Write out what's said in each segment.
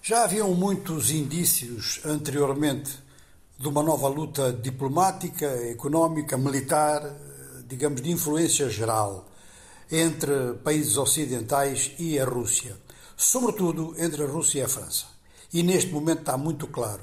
Já haviam muitos indícios anteriormente de uma nova luta diplomática, económica, militar, digamos, de influência geral entre países ocidentais e a Rússia, sobretudo entre a Rússia e a França. E neste momento está muito claro.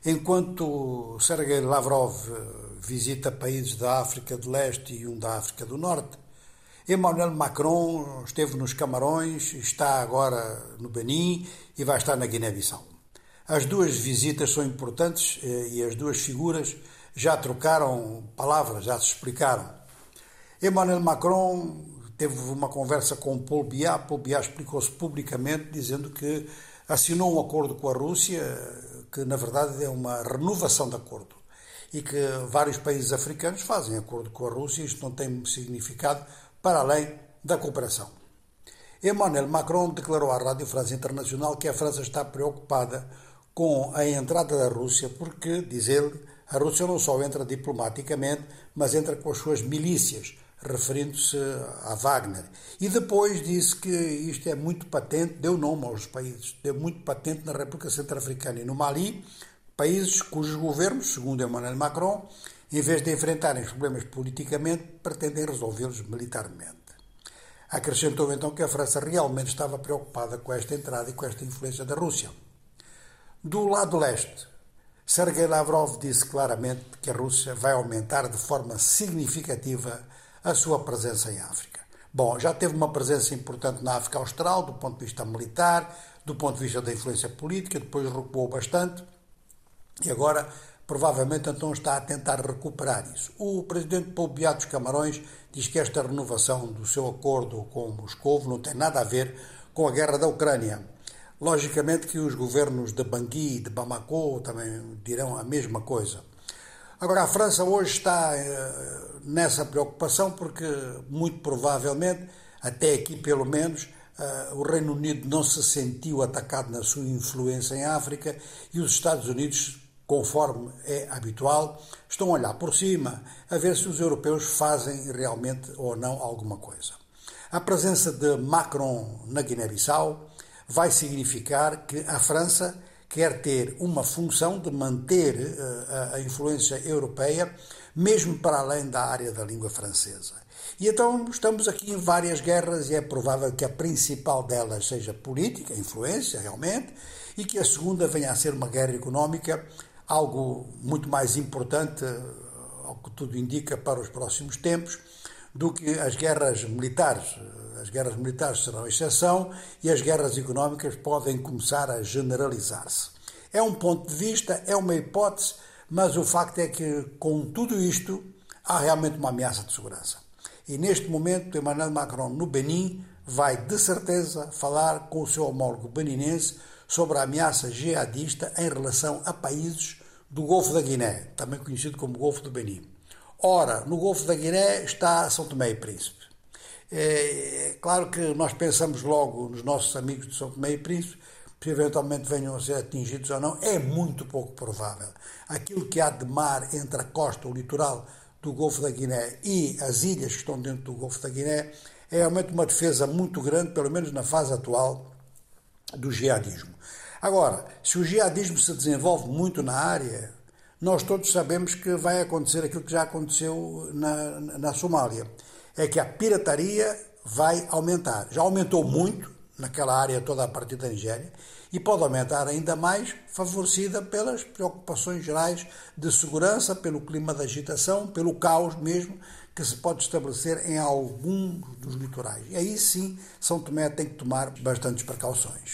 Enquanto Sergei Lavrov visita países da África do Leste e um da África do Norte, Emmanuel Macron esteve nos Camarões, está agora no Benin e vai estar na Guiné-Bissau. As duas visitas são importantes e as duas figuras já trocaram palavras, já se explicaram. Emmanuel Macron teve uma conversa com Paul Biya. Paul Biya explicou-se publicamente dizendo que assinou um acordo com a Rússia que na verdade é uma renovação de acordo e que vários países africanos fazem acordo com a Rússia e isto não tem significado para além da cooperação. Emmanuel Macron declarou à Rádio France Internacional que a França está preocupada com a entrada da Rússia porque, diz ele, a Rússia não só entra diplomaticamente, mas entra com as suas milícias, referindo-se a Wagner. E depois disse que isto é muito patente, deu nome aos países, deu muito patente na República Centro-Africana e no Mali, países cujos governos, segundo Emmanuel Macron, em vez de enfrentarem os problemas politicamente, pretendem resolvê-los militarmente. Acrescentou então que a França realmente estava preocupada com esta entrada e com esta influência da Rússia. Do lado leste, Sergei Lavrov disse claramente que a Rússia vai aumentar de forma significativa a sua presença em África. Bom, já teve uma presença importante na África Austral, do ponto de vista militar, do ponto de vista da influência política, depois recuou bastante e agora provavelmente então está a tentar recuperar isso. O presidente Paul Biya dos Camarões diz que esta renovação do seu acordo com Moscou não tem nada a ver com a guerra da Ucrânia. Logicamente que os governos de Bangui e de Bamako também dirão a mesma coisa. Agora, a França hoje está nessa preocupação porque, muito provavelmente, até aqui pelo menos, o Reino Unido não se sentiu atacado na sua influência em África e os Estados Unidos, conforme é habitual, estão a olhar por cima a ver se os europeus fazem realmente ou não alguma coisa. A presença de Macron na Guiné-Bissau vai significar que a França quer ter uma função de manter a influência europeia, mesmo para além da área da língua francesa. E então estamos aqui em várias guerras e é provável que a principal delas seja política, influência realmente, e que a segunda venha a ser uma guerra económica, algo muito mais importante, ao que tudo indica, para os próximos tempos, do que as guerras militares. As guerras militares serão exceção e as guerras económicas podem começar a generalizar-se. É um ponto de vista, é uma hipótese, mas o facto é que, com tudo isto, há realmente uma ameaça de segurança. E neste momento, Emmanuel Macron, no Benin, vai de certeza falar com o seu homólogo beninense sobre a ameaça jihadista em relação a países do Golfo da Guiné, também conhecido como Golfo do Benin. Ora, no Golfo da Guiné está São Tomé e Príncipe. É claro que nós pensamos logo nos nossos amigos de São Tomé e Príncipe, se eventualmente venham a ser atingidos ou não, é muito pouco provável. Aquilo que há de mar entre a costa, o litoral do Golfo da Guiné e as ilhas que estão dentro do Golfo da Guiné é realmente uma defesa muito grande, pelo menos na fase atual, do jihadismo. Agora, se o jihadismo se desenvolve muito na área, nós todos sabemos que vai acontecer aquilo que já aconteceu na Somália. É que a pirataria vai aumentar. Já aumentou muito naquela área toda a partir da Nigéria e pode aumentar ainda mais, favorecida pelas preocupações gerais de segurança, pelo clima de agitação, pelo caos mesmo que se pode estabelecer em algum dos litorais. E aí sim, São Tomé tem que tomar bastantes precauções.